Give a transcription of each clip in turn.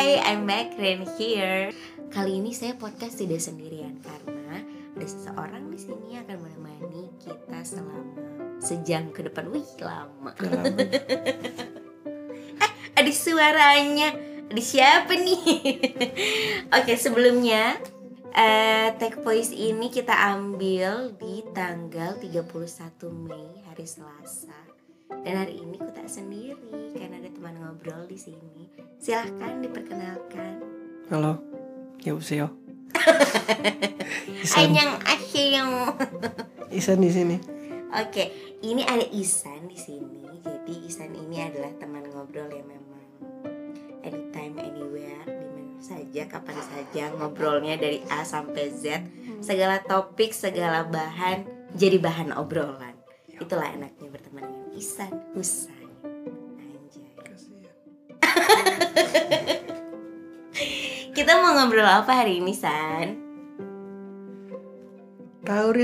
Hai, I'm back Ren here. Kali ini saya podcast tidak sendirian karena ada seseorang di sini yang akan menemani kita selama sejam ke depan. Wih, lama. Ada suaranya. Ada siapa nih? Oke, sebelumnya Take Voice ini kita ambil di tanggal 31 Mei, hari Selasa. Dan hari ini aku tak sendiri karena ada teman ngobrol di sini. Silahkan diperkenalkan. Halo, 여보세요. Annyeonghaseyo. Isan di sini. Oke, ini ada Isan di sini. Jadi Isan ini adalah teman ngobrol yang memang anytime, anywhere, di mana saja, kapan saja ngobrolnya dari A sampai Z. Segala topik, segala bahan jadi bahan obrolan. Itulah enaknya berteman dengan Isan Husain. Anjay. Kita mau ngobrol apa hari ini, San? Taurin.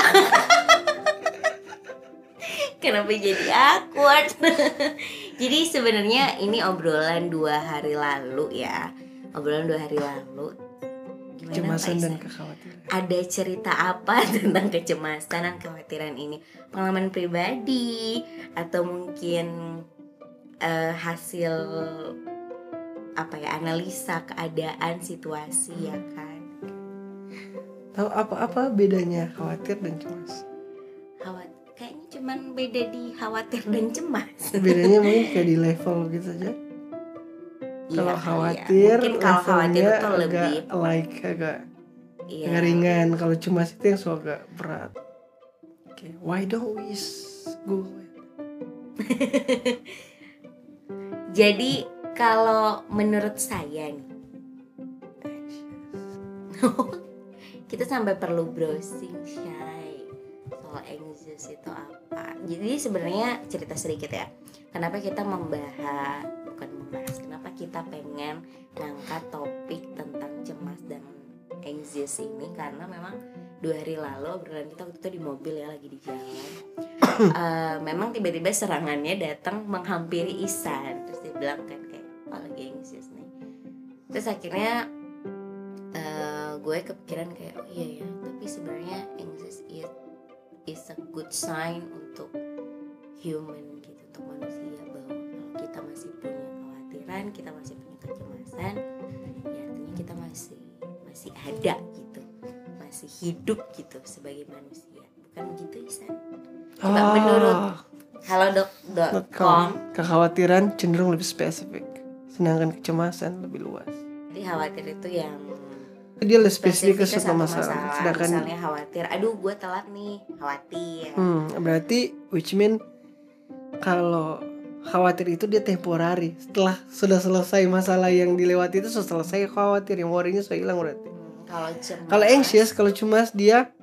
Kenapa jadi awkward? Jadi sebenarnya ini obrolan 2 hari lalu ya. Obrolan 2 hari lalu. Gimana, Kecemasan Pak dan Isan? kekhawatiran. Ada cerita apa tentang kecemasan dan kekhawatiran ini? Pengalaman pribadi atau mungkin hasil analisa keadaan situasi ya kan? Tahu apa bedanya khawatir dan cemas? Kayaknya cuman beda di khawatir dan cemas. Bedanya mungkin kayak di level gitu aja. Kalau khawatir, mungkin kalau khawatir itu lebih agak ringan. Kalau cemas itu yang suka agak berat. Okay. Why don't we go? Jadi kalau menurut saya nih, kita sampai perlu browsing Shay soal anxious itu apa. Jadi sebenarnya cerita sedikit ya. Kenapa kita kenapa kita pengen ngangkat topik tentang cemas dan anxious ini, karena memang 2 hari lalu obrolan kita waktu itu di mobil ya, lagi di jalan. Memang tiba-tiba serangannya datang menghampiri Isan. Terus dia bilang kan kayak, oh lagi anxious nih. Terus akhirnya gue kepikiran kayak, oh iya ya, tapi sebenarnya anxious is a good sign untuk human gitu, untuk manusia, bahwa kalau kita masih punya kekhawatiran, kita masih punya kecemasan, ya artinya kita masih ada gitu, masih hidup gitu sebagai manusia. Bukan begitu, Isan? Coba menurut halodoc.com, kekhawatiran cenderung lebih spesifik, sedangkan kecemasan lebih luas. jadi khawatir itu yang Dia lebih spesifik ke satu masalah. Sedangkan Misalnya khawatir, aduh gue telat nih, khawatir. Berarti which mean kalau khawatir itu dia temporary. Setelah sudah selesai masalah yang dilewati itu, sudah selesai khawatir, yang worry-nya sudah hilang berarti. Kalau anxious, kalau cemas, dia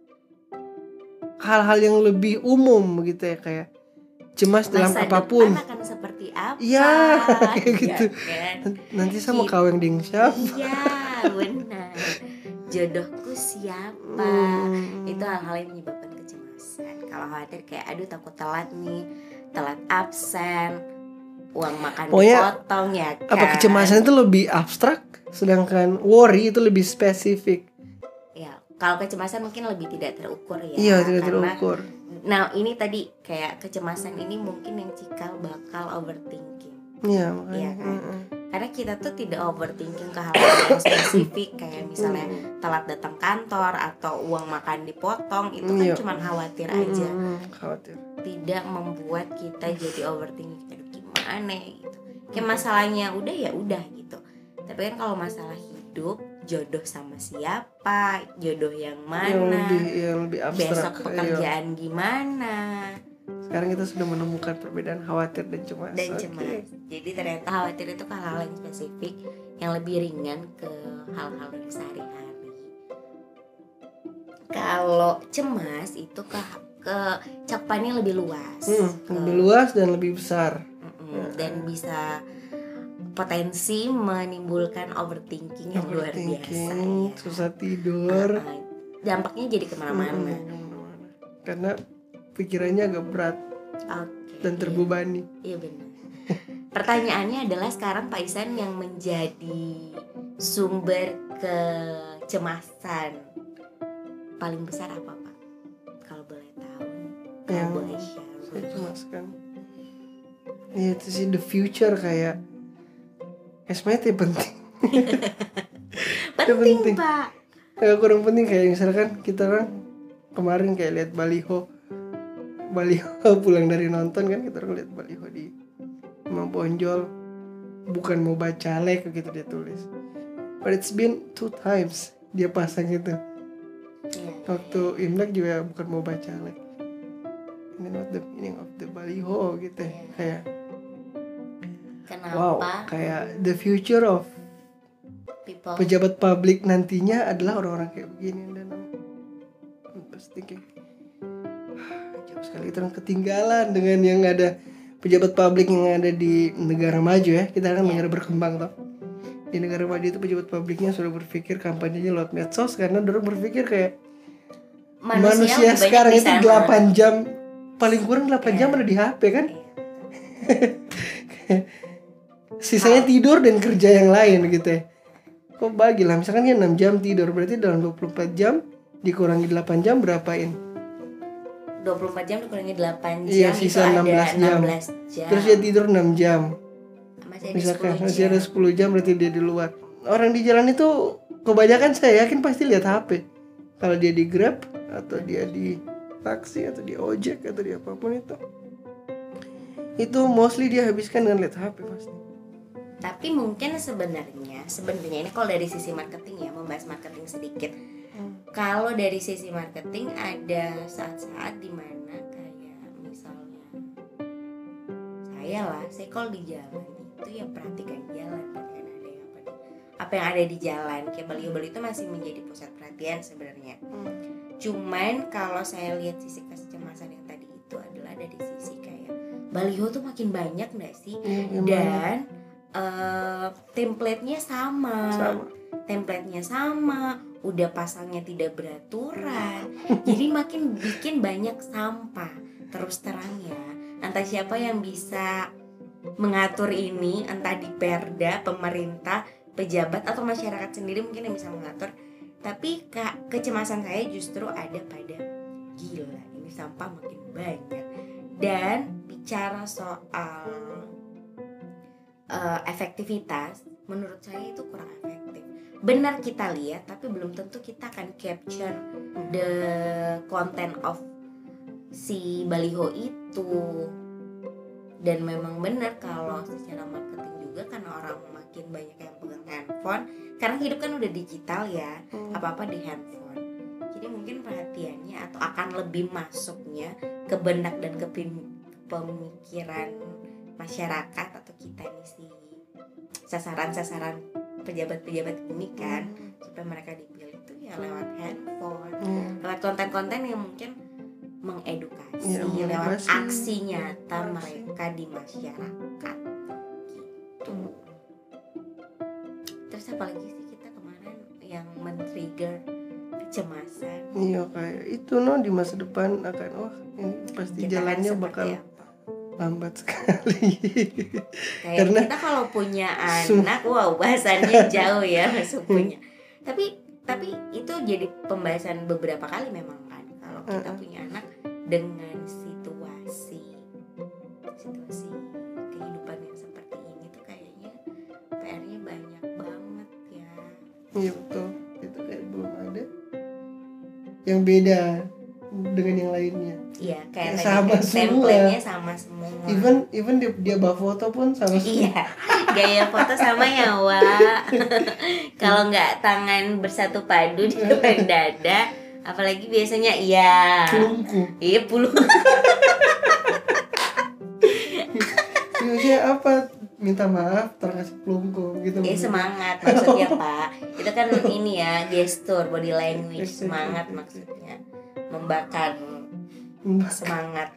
hal-hal yang lebih umum gitu ya, kayak cemas dalam apapun. Masa depan akan seperti apa? Iya, kayak gitu. Kan? Nanti sama kawin ding siapa? Iya, benar. Jodohku siapa? Itu hal-hal yang menyebabkan kecemasan. Kalau khawatir kayak, aduh takut telat nih, telat absen, uang makan dipotong ya kan. Apa kecemasan itu lebih abstrak, sedangkan worry itu lebih spesifik. Ya, kalau kecemasan mungkin lebih tidak terukur ya. Iya, tidak terukur. Nah, ini tadi kayak kecemasan ini mungkin yang cikal bakal overthinking. Iya, makanya. Iya kan? Karena kita tuh tidak overthinking ke hal-hal yang spesifik, kayak misalnya telat datang kantor atau uang makan dipotong, itu kan cuma khawatir aja. Khawatir. Tidak membuat kita jadi overthinking, aduh gimana gitu. Kayak masalahnya udah ya udah gitu. Tapi kan kalau masalah hidup, jodoh sama siapa, jodoh yang mana, yang lebih abstrak, besok pekerjaan gimana. Sekarang kita sudah menemukan perbedaan khawatir dan cemas. Jadi ternyata khawatir itu hal-hal yang spesifik, yang lebih ringan ke hal-hal yang sehari-hari. Kalau cemas itu ke cakupannya lebih luas. Lebih luas dan lebih besar. Dan bisa potensi menimbulkan overthinking yang luar biasa ya. Susah tidur. Dampaknya jadi kemana-mana. Karena pikirannya agak berat dan terbebani. Iya benar. Pertanyaannya adalah sekarang Pak Isan yang menjadi sumber kecemasan paling besar apa Pak? Kalau boleh tahu, kalau Yang boleh share. saya cemaskan ya itu sih the future, kayak sebenarnya penting. Penting penting. Pak. Kayak kurang penting, kayak misalkan kita kan kemarin kayak lihat baliho pulang dari nonton kan, kita lihat baliho di Imam Bonjol, bukan mau baca lek gitu dia tulis, but it's been 2 times dia pasang itu. Waktu Imlek juga bukan mau baca lek, ini not the meaning of the baliho gitu ya. Kayak Kenapa? wow, kayak the future of People. pejabat publik nantinya adalah orang-orang kayak begini. Dan pasti kayak jauh sekali kita ketinggalan dengan yang ada pejabat publik yang ada di negara maju ya. Kita kan negara berkembang toh. Di negara maju itu pejabat publiknya sudah berpikir kampanyenya lewat medsos, karena dorong berpikir kayak manusia sekarang itu 8 jam, paling kurang 8 jam ada di HP kan. Sisanya tidur dan kerja yang lain gitu ya. Kok bagilah misalkan dia 6 jam tidur, berarti dalam 24 jam dikurangi 8 jam berapain? 24 jam dikurangi 8 jam, iya, sisa itu 16 ada jam. 16 jam. Terus dia tidur 6 jam. Misalkan masih ada 10 jam berarti dia di luar. Orang di jalan itu kebanyakan saya yakin pasti lihat HP. Kalau dia di Grab atau dia di taksi atau di ojek atau di apapun itu mostly dia habiskan dengan lihat HP pasti. Tapi mungkin sebenarnya ini kalau dari sisi marketing ya, membahas marketing sedikit. Kalau dari sisi marketing ada saat-saat dimana kayak misalnya saya kalau di jalan itu ya perhatikan jalan, perhatikan ada yang apa yang ada di jalan. Kayak baliho-baliho itu masih menjadi pusat perhatian sebenarnya. Cuman kalau saya lihat sisi kecemasan yang tadi itu adalah dari sisi kayak baliho tuh makin banyak nggak sih? Dan template-nya sama. Template-nya sama, udah pasangnya tidak beraturan. Jadi makin bikin banyak sampah. Terus terang ya, entah siapa yang bisa mengatur ini, entah di Perda, pemerintah, pejabat atau masyarakat sendiri mungkin yang bisa mengatur. Tapi kecemasan saya justru ada pada gila, ini sampah makin banyak. Dan bicara soal efektivitas, menurut saya itu kurang efektif. Benar kita lihat, tapi belum tentu kita akan capture the content of si baliho itu. Dan memang benar kalau secara marketing juga, karena orang makin banyak yang pegang handphone, karena hidup kan udah digital ya, apa-apa di handphone. Jadi mungkin perhatiannya atau akan lebih masuknya ke benak dan ke pemikiran masyarakat atau kita nih si sasaran pejabat-pejabat ini kan, supaya mereka dipilih itu ya lewat handphone, lewat konten-konten yang mungkin mengedukasi, lewat aksi nyata mereka di masyarakat gitu. Terus apa lagi sih kita kemarin yang men-trigger kecemasan? Iya, kayak itu di masa depan akan ini pasti kita jalannya bakal lambat sekali. Kayak karena kita kalau punya anak, wow bahasannya jauh ya masuk punya. Tapi itu jadi pembahasan beberapa kali memang kan, kalau kita punya anak dengan situasi kehidupan yang seperti ini tuh kayaknya PR-nya banyak banget ya. Iya betul, itu kayak belum ada yang beda dengan yang lainnya. Iya, kayak sama template-nya sama semua. Even dia bawa foto pun sama semua. Iya, gaya foto sama ya, Wak. Kalau nggak tangan bersatu padu di depan dada, apalagi biasanya pulungku. Iya, pulung. Maksudnya apa? Minta maaf terkasih pelungku gitu. Semangat maksudnya, Pak. Itu kan ini ya, gestur body language, semangat maksudnya. Membakar semangat.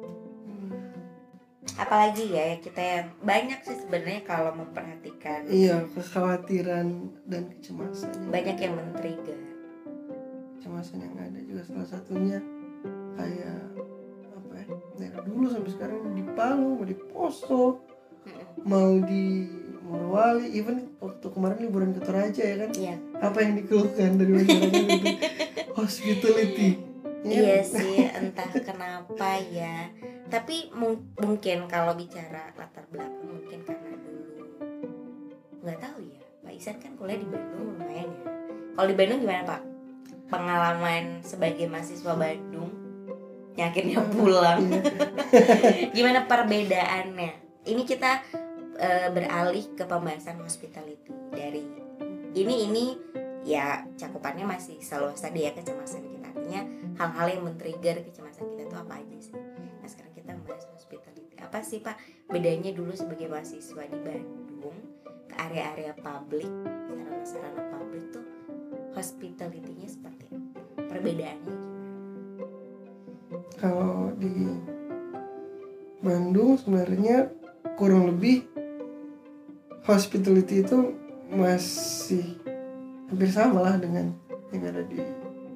Apalagi ya kita yang banyak sih sebenarnya kalau memperhatikan. Iya, kekhawatiran dan kecemasan. Banyak yang men-trigger. Kecemasan yang ada juga salah satunya kayak apa ya? Dari dulu sampai sekarang di Palu, di Poso, mau di Morowali, even waktu kemarin liburan ke Toraja ya kan, apa yang dikeluhkan dari masyarakat itu hospitality. Iya sih, entah kenapa ya. Tapi mungkin kalau bicara latar belakang, mungkin karena dulu nggak tahu ya, Pak Isan kan kuliah di Bandung lumayan ya. Kalau di Bandung gimana Pak? Pengalaman sebagai mahasiswa Bandung yang akhirnya pulang. Gimana perbedaannya? Ini kita beralih ke pembahasan hospitality. Dari ini ya cakupannya masih seluas tadi ya, kecemasan kita. Artinya hal-hal yang men-trigger kecemasan kita itu apa aja sih. Nah sekarang kita membahas hospitality. Apa sih Pak bedanya dulu sebagai mahasiswa di Bandung ke area-area publik, sarana-sarana publik tuh hospitality-nya seperti apa? Perbedaannya gimana? Kalau di Bandung sebenarnya kurang lebih hospitality itu masih hampir sama lah dengan yang ada di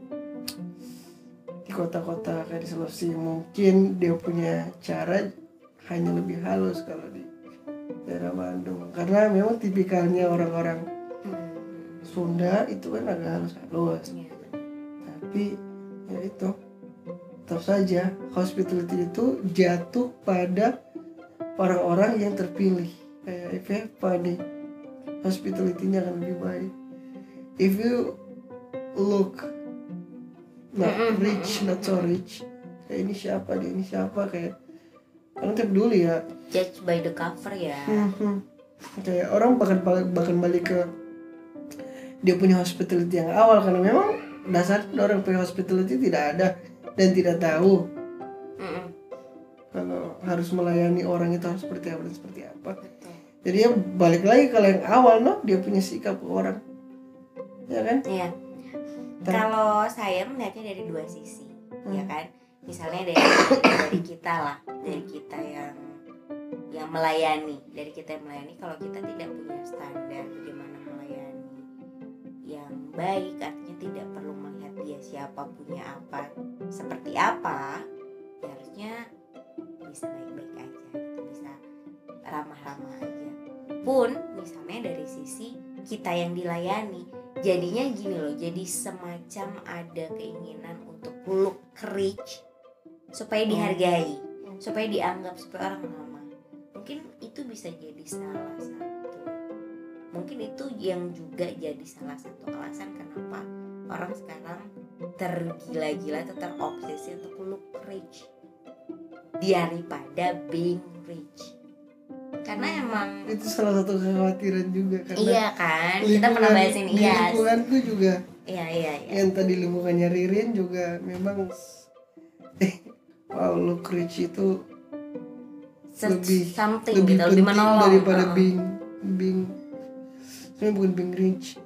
kota-kota kayak di Sulawesi. Mungkin dia punya cara hanya lebih halus kalau di daerah Bandung, karena memang tipikalnya orang-orang Sunda itu kan agak halus-halus. Tapi ya itu, tetap saja hospitality itu jatuh pada orang-orang yang terpilih. Kayak IFEPA nih, hospitality-nya akan lebih baik. If you look not rich, not so rich, kayak ini siapa, kayak orang tidak peduli ya. Judge by the cover ya. Kayak orang bahkan balik ke dia punya hospitality yang awal, karena memang dasarnya orang punya hospitality tidak ada dan tidak tahu kalau harus melayani orang itu harus seperti apa dan seperti apa. Jadi ya balik lagi kalau yang awal dia punya sikap ke orang, ya kan? Iya. Kalau saya melihatnya dari dua sisi, ya kan. Misalnya dari kita lah, dari kita yang melayani, kalau kita tidak punya standar bagaimana melayani yang baik, artinya tidak perlu melihat dia siapa, punya apa, seperti apa, ya harusnya bisa baik-baik aja, gitu, bisa ramah-ramah aja. Pun misalnya dari sisi kita yang dilayani, jadinya gini loh, jadi semacam ada keinginan untuk look rich supaya dihargai, supaya dianggap, supaya orang ramah. Mungkin itu bisa jadi salah satu, mungkin itu yang juga jadi salah satu alasan kenapa orang sekarang tergila-gila atau terobsesi untuk look rich daripada being rich. Karena emang itu salah satu kekhawatiran juga, karena iya kan, kita pernah bahas ini ya. Lingkunganku juga. Iya. Yang tadi lingkungannya Ririn juga memang wow, look rich itu lebih lebih menolong daripada being sebenarnya bukan being rich,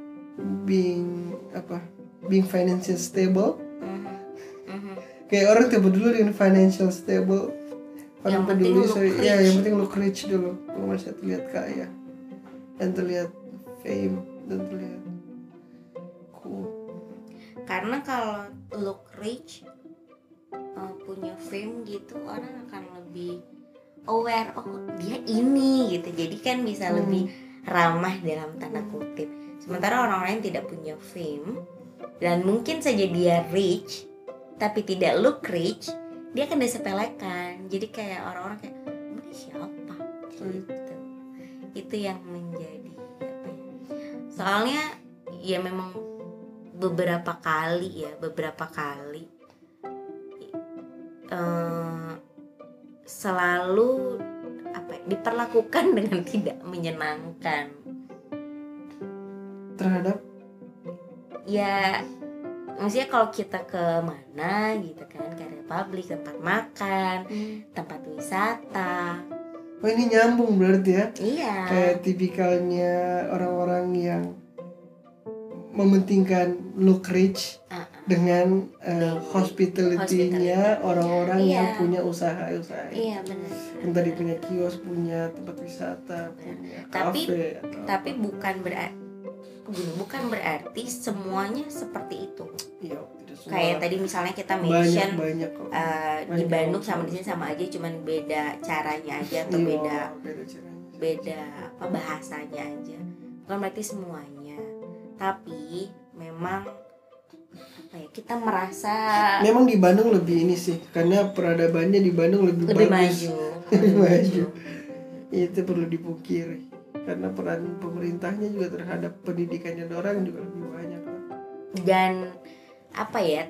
being financial stable. Kayak orang tiba dulu dengan financial stable, orang peduli yang penting look rich dulu. Kalau masih terlihat kaya dan terlihat fame dan terlihat cool. Karena kalau look rich, punya fame gitu, orang akan lebih aware, oh dia ini gitu. Jadi kan bisa lebih ramah dalam tanda kutip. Sementara orang-orang yang tidak punya fame dan mungkin saja dia rich tapi tidak look rich, dia akan disepelekan. Jadi kayak orang-orang kayak ini siapa gitu. Itu yang menjadi apa ya? Soalnya ya memang beberapa kali selalu diperlakukan dengan tidak menyenangkan terhadap ya. Maksudnya kalau kita ke mana gitu kan, ke area publik, tempat makan, tempat wisata. Oh ini nyambung berarti ya? Iya. Kayak tipikalnya orang-orang yang mementingkan look rich dengan hospitality-nya orang-orang yang punya usaha-usaha. Iya benar. Yang tadi punya kios, punya tempat wisata, punya kafe. Tapi bukan berarti semuanya seperti itu. Iya, tidak kayak tadi misalnya kita mention banyak kok. Di Bandung sama di sini sama aja, cuman beda caranya aja atau beda apa bahasanya aja, bukan berarti semuanya. Tapi memang apa ya, kita merasa memang di Bandung lebih ini sih, karena peradabannya di Bandung lebih bagus, lebih maju. Itu perlu dipungkiri, karena peran pemerintahnya juga terhadap pendidikannya orang juga lebih banyak. Dan apa ya,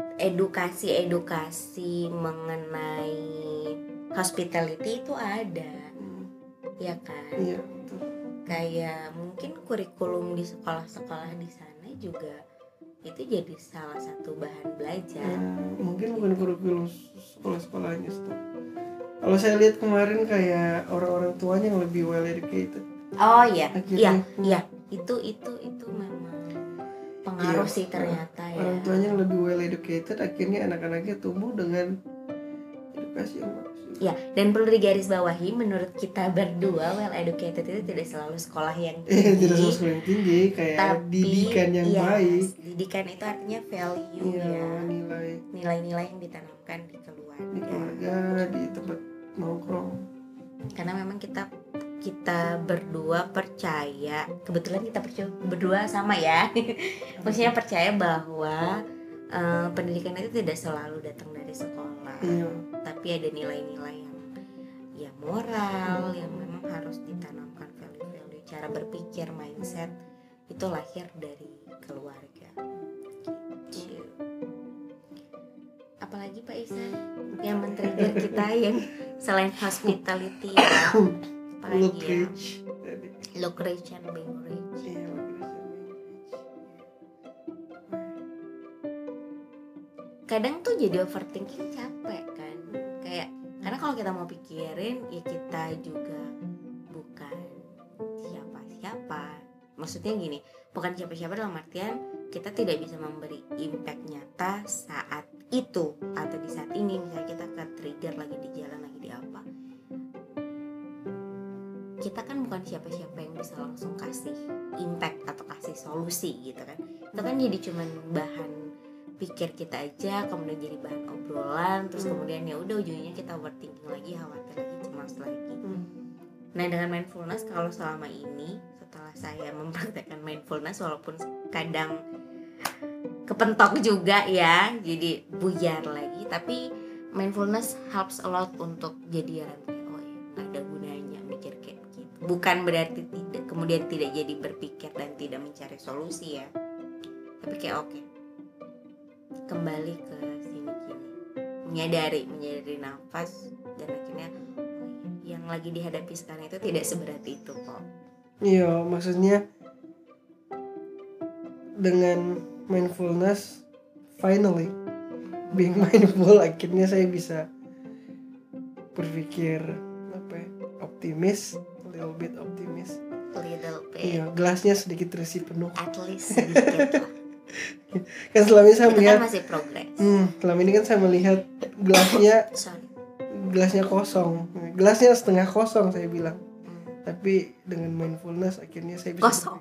edukasi mengenai hospitality itu ada, ya kan? Iya, betul. Kayak mungkin kurikulum di sekolah-sekolah di sana juga itu jadi salah satu bahan belajar. Mungkin bukan kurikulum sekolah-sekolahnya tuh. Kalau saya lihat kemarin kayak orang-orang tuanya yang lebih well educated. Oh iya, iya, itu memang pengaruh sih ternyata ya. Orang tuanya yang lebih well educated, akhirnya anak-anaknya tumbuh dengan edukasi yang bagus. Ya, dan perlu digarisbawahi, menurut kita berdua well educated itu tidak selalu sekolah yang tinggi. Tidak selalu sekolah yang tinggi, kayak tapi, didikan yang baik. Didikan itu artinya value ya, nilai-nilai yang ditanamkan di keluarga, di tempat nongkrong. Karena memang kita berdua percaya, kebetulan kita berdua sama ya. Maksudnya percaya bahwa pendidikan itu tidak selalu datang dari sekolah, tapi ada nilai-nilai yang moral, yang memang harus ditanamkan, value-value, cara berpikir, mindset itu lahir dari keluarga. Gitu. Apalagi Pak Isan yang men-trigger kita yang selain hospitality ya, apalagi look rich and being rich. Kadang tuh jadi overthinking capek kan, kayak karena kalau kita mau pikirin ya kita juga bukan siapa-siapa. Maksudnya gini, bukan siapa-siapa dalam artian kita tidak bisa memberi impact nyata saat itu atau di saat ini. Misalnya kita ke trigger lagi di jalan, lagi di apa, kita kan bukan siapa-siapa yang bisa langsung kasih impact atau kasih solusi gitu kan. Itu kan jadi cuman bahan pikir kita aja, kemudian jadi bahan obrolan, terus kemudian ya udah ujungnya kita overthinking lagi, khawatir lagi, cemas lagi. Nah, dengan mindfulness, kalau selama ini setelah saya mempraktekkan mindfulness, walaupun kadang kepentok juga ya, jadi buyar lagi, tapi mindfulness helps a lot untuk jadi oh ya, gak ada gunanya mikir kayak begitu. Bukan berarti kemudian tidak jadi berpikir dan tidak mencari solusi ya, tapi kayak oke, kembali ke sini kini, menyadari nafas, dan akhirnya yang lagi dihadapi sekarang itu tidak seberat itu kok. Iya, maksudnya dengan mindfulness, finally being mindful, akhirnya saya bisa berpikir optimis, little bit optimis. Iya, gelasnya sedikit terisi penuh. At least sedikit lah. Kan selama ini saya melihat masih progres. Selama ini kan saya melihat gelasnya kosong, gelasnya setengah kosong saya bilang. Tapi dengan mindfulness akhirnya saya bisa kosong.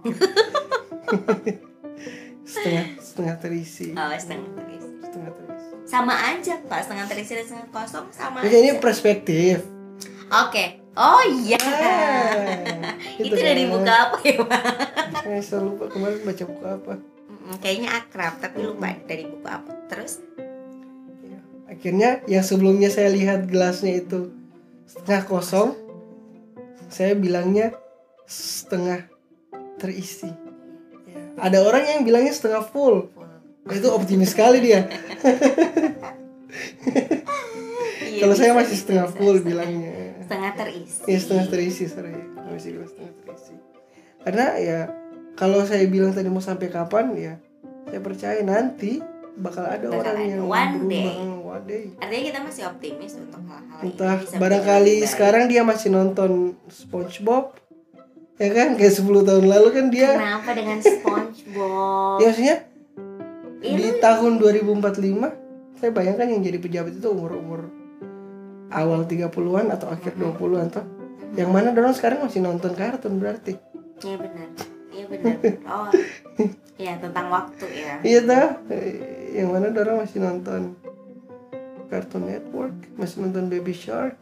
setengah terisi. Setengah terisi. Sama aja Pak, setengah terisi dan setengah kosong sama. Jadi ini perspektif. Oke. Oh iya. Itu dari buku apa ya Pak? Saya lupa kemarin baca buku apa. Kayaknya akrab tapi lupa dari buku apa. Terus akhirnya yang sebelumnya saya lihat gelasnya itu setengah kosong, saya bilangnya setengah terisi. Ada orang yang bilangnya setengah full. Itu optimis sekali dia. Kalau saya masih setengah full bilangnya. Setengah terisi. Ya, setengah terisi, masih bilang setengah terisi. Karena ya kalau saya bilang tadi mau sampai kapan, ya saya percaya nanti bakal ada orang yang one day. Artinya kita masih optimis untuk hal-hal entah barangkali sekarang dia masih nonton SpongeBob, ya kan, kayak 10 tahun lalu kan dia. Kenapa dengan SpongeBob? Ya maksudnya di tahun 2045 saya bayangkan yang jadi pejabat itu umur awal 30-an atau akhir 20-an toh. Yang mana dorong sekarang masih nonton kartun berarti. Iya benar. Oh, ya tentang waktu ya. Iya toh. yang mana orang masih nonton Cartoon Network, masih nonton Baby Shark.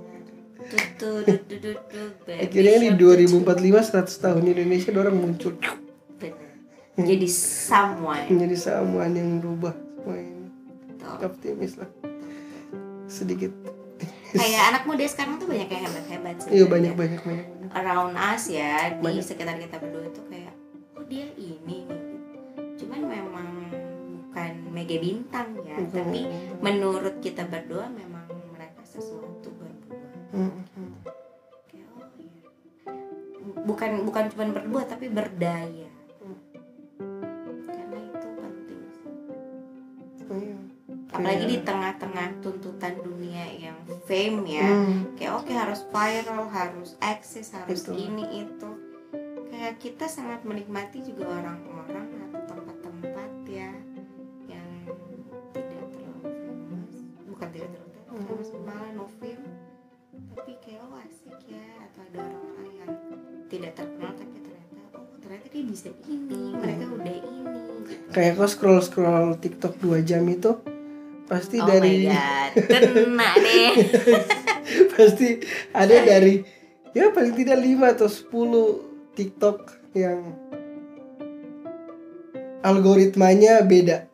Akhirnya di 2045 100 tahun Indonesia orang muncul. Jadi someone. Jadi someone yang merubah semua ini. Optimis lah. Sedikit. Kayak anak muda sekarang tuh banyak yang hebat-hebat sih. Iya banyak. Around us ya, di Banyak. sekitar kita berdua tuh kayak, oh dia ini nih. Cuman memang bukan mega bintang ya, tapi menurut kita berdua memang mereka sesuatu berdua. Kayak oh iya. Bukan cuma berdua tapi berdaya. Karena itu penting sih. Apalagi di tengah-tengah tuntutan dunia yang fame ya, kayak oke, harus viral, harus eksis, harus Betul. ini itu. Kayak kita sangat menikmati juga orang-orang atau tempat-tempat ya yang tidak terlalu famous, bukan tidak terlalu famous, malah no fame, tapi kayak oh asik ya, atau ada orang-orang yang tidak terkenal tapi ternyata dia bisa ini, mereka udah ini gitu. Kayak kau scroll TikTok 2 jam itu pasti Oh dari my god, kena deh. pasti ada dari ya paling tidak 5 atau 10 TikTok yang algoritmanya beda.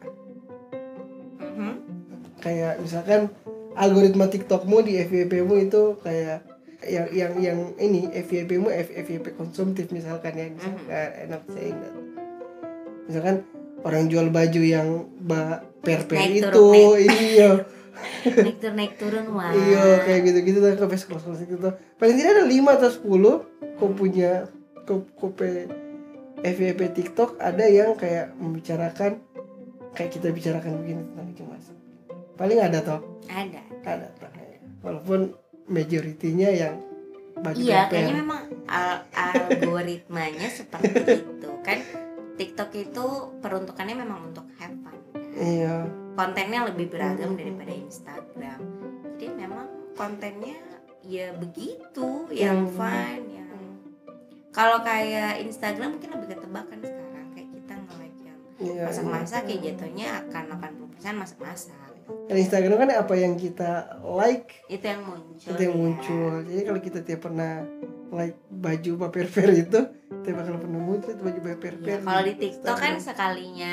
Kayak misalkan algoritma TikTokmu di FYP-mu itu kayak yang ini FYP-mu FYP konsumtif misalkan ya, misalkan enak saying that. Misalkan orang jual baju yang per itu, iya. naik turun wah. Iya kayak gitu-gitu kan, sampai scroll gitu. Paling tidak ada 5 atau 10 kau punya kopi FYP TikTok ada yang kayak membicarakan kayak kita bicarakan begini tentang kecemasan. Paling ada toh? Ada toh. Walaupun majoritinya yang baju iya, per. kayaknya memang algoritmanya seperti itu kan. TikTok itu peruntukannya memang untuk have fun. Iya. Kontennya lebih beragam daripada Instagram. Jadi memang kontennya ya begitu, yang fun, yang kalau kayak Instagram mungkin lebih ketebakan sekarang, kayak kita nge-like yang masak-masak ya jatuhnya akan 80% masak-masak. Dan Instagram kan apa yang kita like itu yang muncul. Jadi kalau kita tiap pernah like baju per itu, kita bakal pernah muncul baju per. Ya, kalau di TikTok kan sekalinya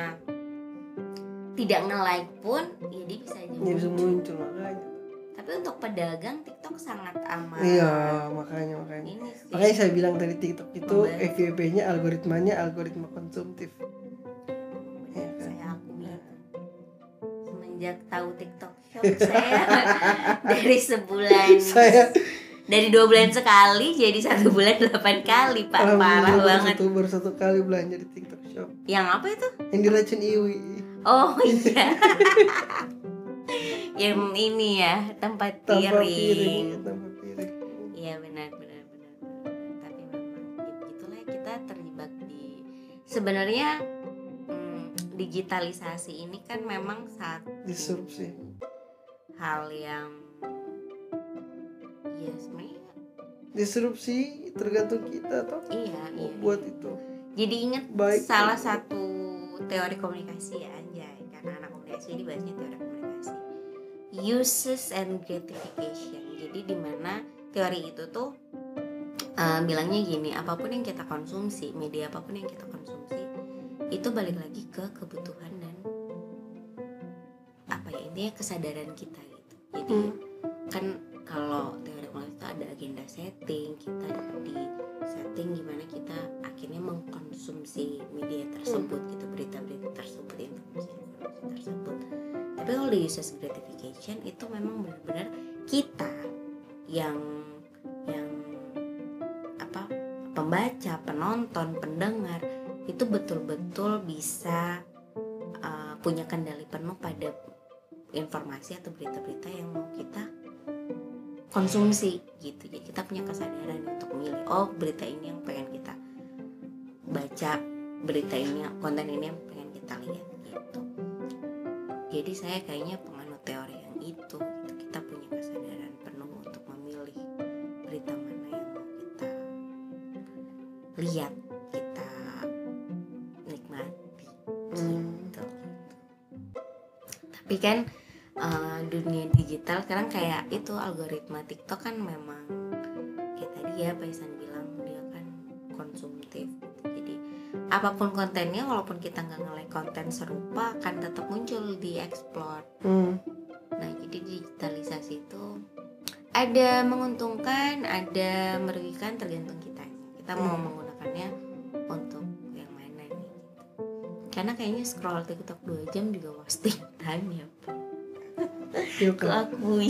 tidak nge-like pun ya dia bisa aja bisa muncul makanya. Tapi untuk pedagang TikTok sangat aman. Iya, makanya. Makanya saya bilang tadi TikTok itu FYP-nya algoritma konsumtif. Ya, kan? Saya akui itu. Semenjak tahu TikTok Shop saya dari sebulan dari 2 bulan sekali jadi 1 bulan 8 kali, Pak. Parah banget. Baru satu kali belanja di TikTok Shop. Yang apa itu? Yang diracun Iwi. Oh iya. Yang ini ya, tempat piring. Iya benar. Tapi memang ya begitulah, kita terjebak di sebenarnya digitalisasi ini kan memang satu disrupsi. Hal yang ya sebenarnya disrupsi tergantung kita toh. Iya. Buat itu. Jadi ingat salah satu teori komunikasi ya, anjay, karena anak komunikasi ini bahasnya teori komunikasi. Uses and gratification. Jadi di mana teori itu tuh bilangnya gini, apapun yang kita konsumsi, media apapun yang kita konsumsi, itu balik lagi ke kebutuhan dan apa ya, intinya kesadaran kita gitu. Jadi kan kalau teori komunikasi itu ada agenda setting, kita di setting gimana kita akhirnya mengkonsumsi media tersebut gitu, berita-berita tersebut, informasi tersebut. Tapi kalau di uses gratification itu memang benar-benar kita yang apa, pembaca, penonton, pendengar itu betul-betul bisa punya kendali penuh pada informasi atau berita-berita yang mau kita konsumsi gitu. Jadi kita punya kesadaran untuk memilih, oh berita ini yang pengen kita baca, berita ini, konten ini yang pengen kita lihat gitu. Jadi saya kayaknya penganut teori yang itu gitu. Kita punya kesadaran penuh untuk memilih berita mana yang mau kita lihat, kita nikmati gitu. Tapi kan dunia digital sekarang kayak itu algoritma TikTok kan memang kayak tadi ya Pak Isan bilang dia kan konsumtif gitu. Jadi apapun kontennya walaupun kita nggak nge-like konten serupa akan tetap muncul di explore. Nah jadi digitalisasi itu ada menguntungkan, ada merugikan tergantung kita mau menggunakannya untuk yang mana nih. Karena kayaknya scroll TikTok 2 jam juga wasting time ya Pak. Aku akui.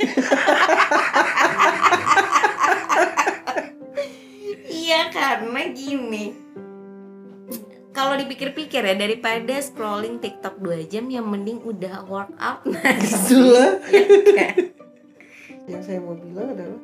Iya karena gini, kalau dipikir-pikir ya daripada scrolling TikTok 2 jam yang mending udah workout Itulah yang saya mau bilang adalah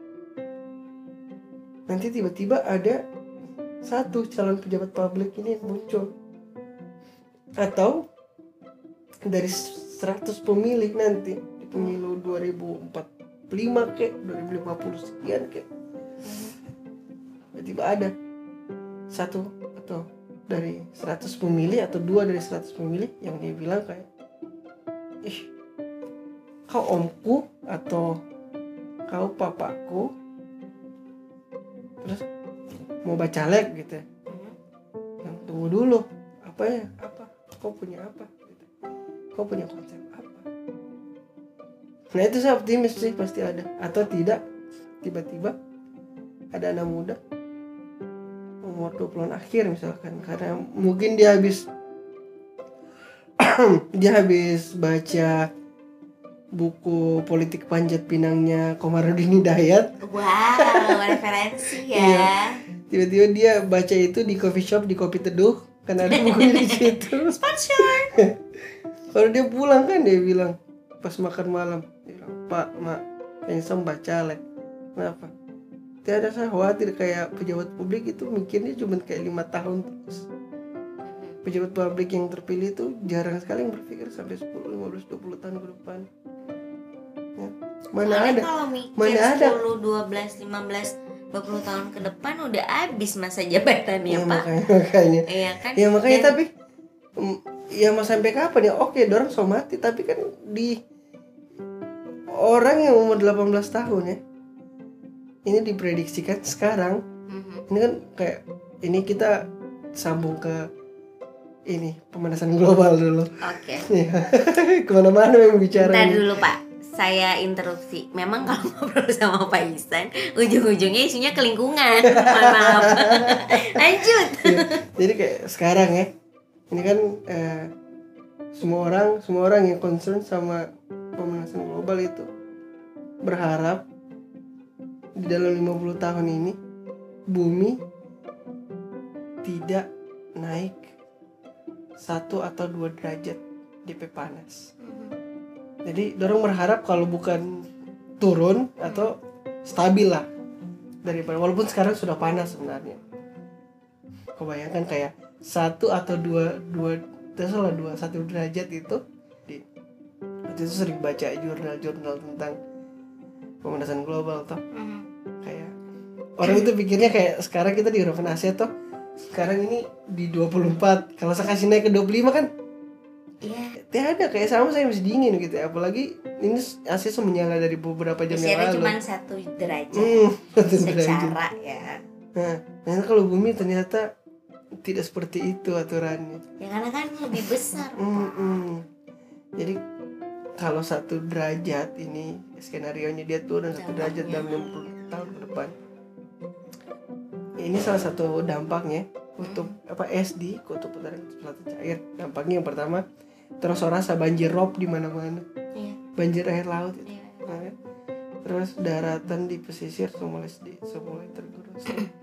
nanti tiba-tiba ada satu calon pejabat publik ini yang muncul, atau dari 100 pemilih nanti di pemilu 2045 kek 2050 sekian kek, tiba-tiba ada satu atau dari 100 pemilih atau 2 dari 100 pemilih yang dia bilang kayak, ih kau omku atau kau papaku terus mau baca caleg gitu ya. Yang tunggu dulu, apa kau punya apa gitu. Kau punya konsep apa. Nah itu saya optimis sih pasti ada. Atau tidak, tiba-tiba ada anak muda umur 20-an akhir misalkan, karena mungkin dia habis baca buku Politik Panjat Pinangnya Komarudin Hidayat. Wow, referensi ya. Iya. Tiba-tiba dia baca itu di coffee shop, di Kopi Teduh, kan ada bukunya di situ. Sponsor. Kalau dia pulang kan dia bilang pas makan malam, dia bilang, Pak, Mak, yang saya baca lek. Kenapa? Tidak saya khawatir kayak pejabat publik itu mikirnya cuma kayak 5 tahun terus. Pejabat publik yang terpilih itu jarang sekali yang berpikir sampai 10, 15, 20 tahun ke depan. Ya. Mana soalnya ada? Kalau mikir Mana ada? 10, 12, 15, 20 tahun ke depan udah habis masa jabatannya Ya, Pak. makanya. Iya kan? Ya makanya Dan- tapi ya mau sampai kapan ya? Oke, dorang so mati, tapi kan di orang yang umur 18 tahun ya. Ini diprediksikan sekarang. Ini kan kayak ini kita sambung ke ini pemanasan global dulu. Oke. Ya. Kemana-mana yang bicara. Bentar ini. dulu Pak, saya interupsi. Memang kalau ngobrol sama Pak Ihsan, ujung-ujungnya isunya ke lingkungan. Mohon maaf. Lanjut. Ya, jadi kayak sekarang ya, ini kan semua orang yang concern sama pemanasan global itu berharap di dalam 50 tahun ini bumi tidak naik 1 atau 2 derajat DP panas. Jadi dorong berharap kalau bukan turun atau stabil lah, daripada walaupun sekarang sudah panas sebenarnya. Kau bayangkan kayak 1 atau 2 1 derajat itu di waktu itu sering baca jurnal-jurnal tentang pemanasan global toh. Kayak orang itu pikirnya kayak sekarang kita di Eropa Asia toh. Sekarang ini di 24. Kalau saya kasih naik ke 25 kan Iya. tidak kayak sama saya masih dingin gitu ya. Apalagi ini AC menyala dari beberapa jam yang Isinya lalu. cuma 1 derajat. 1 derajat. Secara ya. Nah, ternyata kalau bumi ternyata tidak seperti itu aturannya. Ya karena kan lebih besar. Jadi kalau 1 derajat ini skenarionya dia turun 1 derajat dalam 50 tahun ke depan. Ini salah satu dampaknya kutub es di kutub utara kutub selatan cair. Dampaknya yang pertama terus rasa banjir rob di mana-mana. Iya. Banjir air laut itu. Iya. Nah, terus daratan di pesisir mulai tergerus.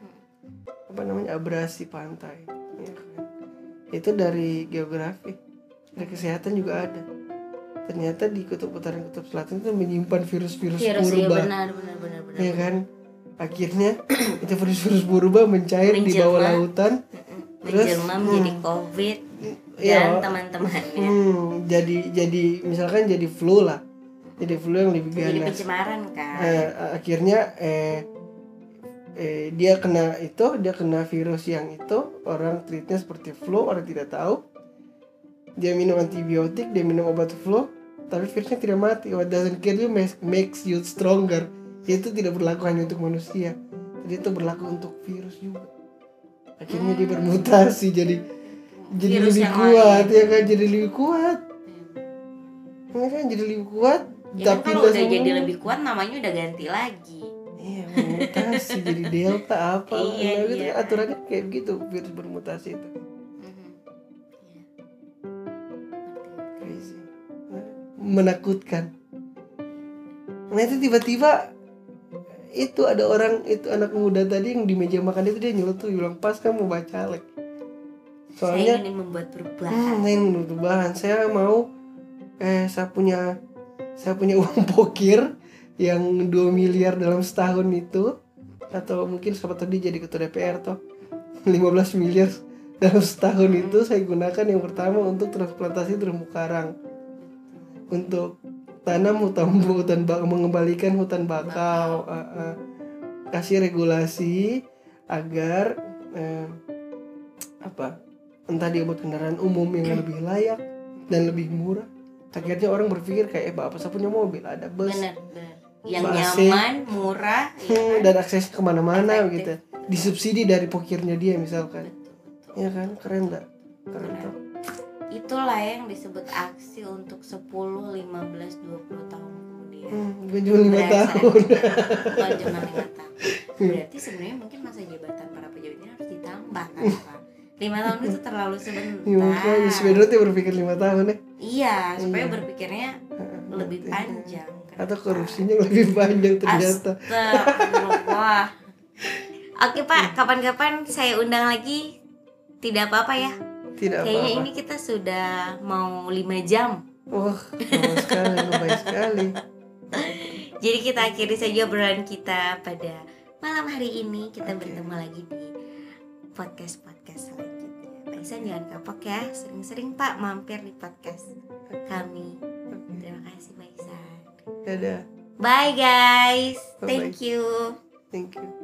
Abrasi pantai. Ya kan? Itu dari geografi. Dari kesehatan juga ada. Ternyata di kutub utara dan kutub selatan itu menyimpan virus-virus purba. Benar. Ya kan? Akhirnya itu virus-virus purba mencair di bawah lautan. Menjelma menjadi COVID dan teman-temannya. Jadi misalkan jadi flu lah. Jadi flu yang lebih ganas. Jadi pencemaran kan. Akhirnya dia kena virus yang itu, orang treatnya seperti flu, orang tidak tahu. dia minum antibiotik, dia minum obat flu, tapi virusnya tidak mati. What doesn't kill you makes you stronger. Itu tidak berlaku hanya untuk manusia, jadi itu berlaku untuk virus juga. Akhirnya dia bermutasi jadi Virus lebih yang kuat lain. ya kan, jadi lebih kuat. Ya kan, jadi lebih kuat. Ya kan kalau udah semua. jadi lebih kuat namanya udah ganti lagi. Iya, bermutasi jadi delta apa. Iya, Nah, gitu iya. kan aturannya kayak gitu, virus bermutasi itu. Crazy. Menakutkan. Nah itu tiba-tiba itu ada orang, itu anak muda tadi yang di meja makan itu dia nyeletuk bilang, "Pas kamu baca caleg. Soalnya saya ingin membuat perubahan. saya ingin membuat perubahan. Saya mau saya punya uang pokir yang 2 miliar dalam setahun itu, atau mungkin siapa tadi jadi ketua DPR toh 15 miliar dalam setahun itu saya gunakan yang pertama untuk transplantasi terumbu karang, untuk tanam hutan mengembalikan hutan bakau, kasih regulasi agar entah dia buat kendaraan umum yang lebih layak dan lebih murah. Akhirnya orang berpikir kayak bapak saya punya mobil, ada bus, Bener. Yang AC, nyaman, murah, ya kan? dan akses kemana-mana Efektif. gitu, disubsidi dari pokirnya dia misalkan. Betul. Ya kan, keren gak? Keren toh. Itulah yang disebut aksi untuk 10, 15, 20 tahun kemudian. Bukan cuma 5 tahun. Bukan cuma 5 tahun. Berarti sebenarnya mungkin masa jabatan para pejabat ini harus ditambah kan, Pak? 5 tahun itu terlalu sebentar. Ya, makanya sebenarnya dia berpikir 5 tahun ya. Iya, supaya Iya. berpikirnya lebih panjang. Atau korupsinya lebih panjang ternyata. Astagfirullah. Oke Pak, kapan-kapan saya undang lagi. Tidak apa-apa ya. Tidak Kayaknya apa-apa. ini kita sudah mau 5 jam. Wah, lama sekali, lebay sekali. Jadi kita akhiri saja obrolan kita pada malam hari ini. Kita bertemu lagi di podcast selanjutnya. Pak Ihsan jangan kapok ya. Sering-sering Pak mampir di podcast kami. Terima kasih Pak Ihsan. Dadah. Bye guys. Bye-bye. Thank you. Thank you.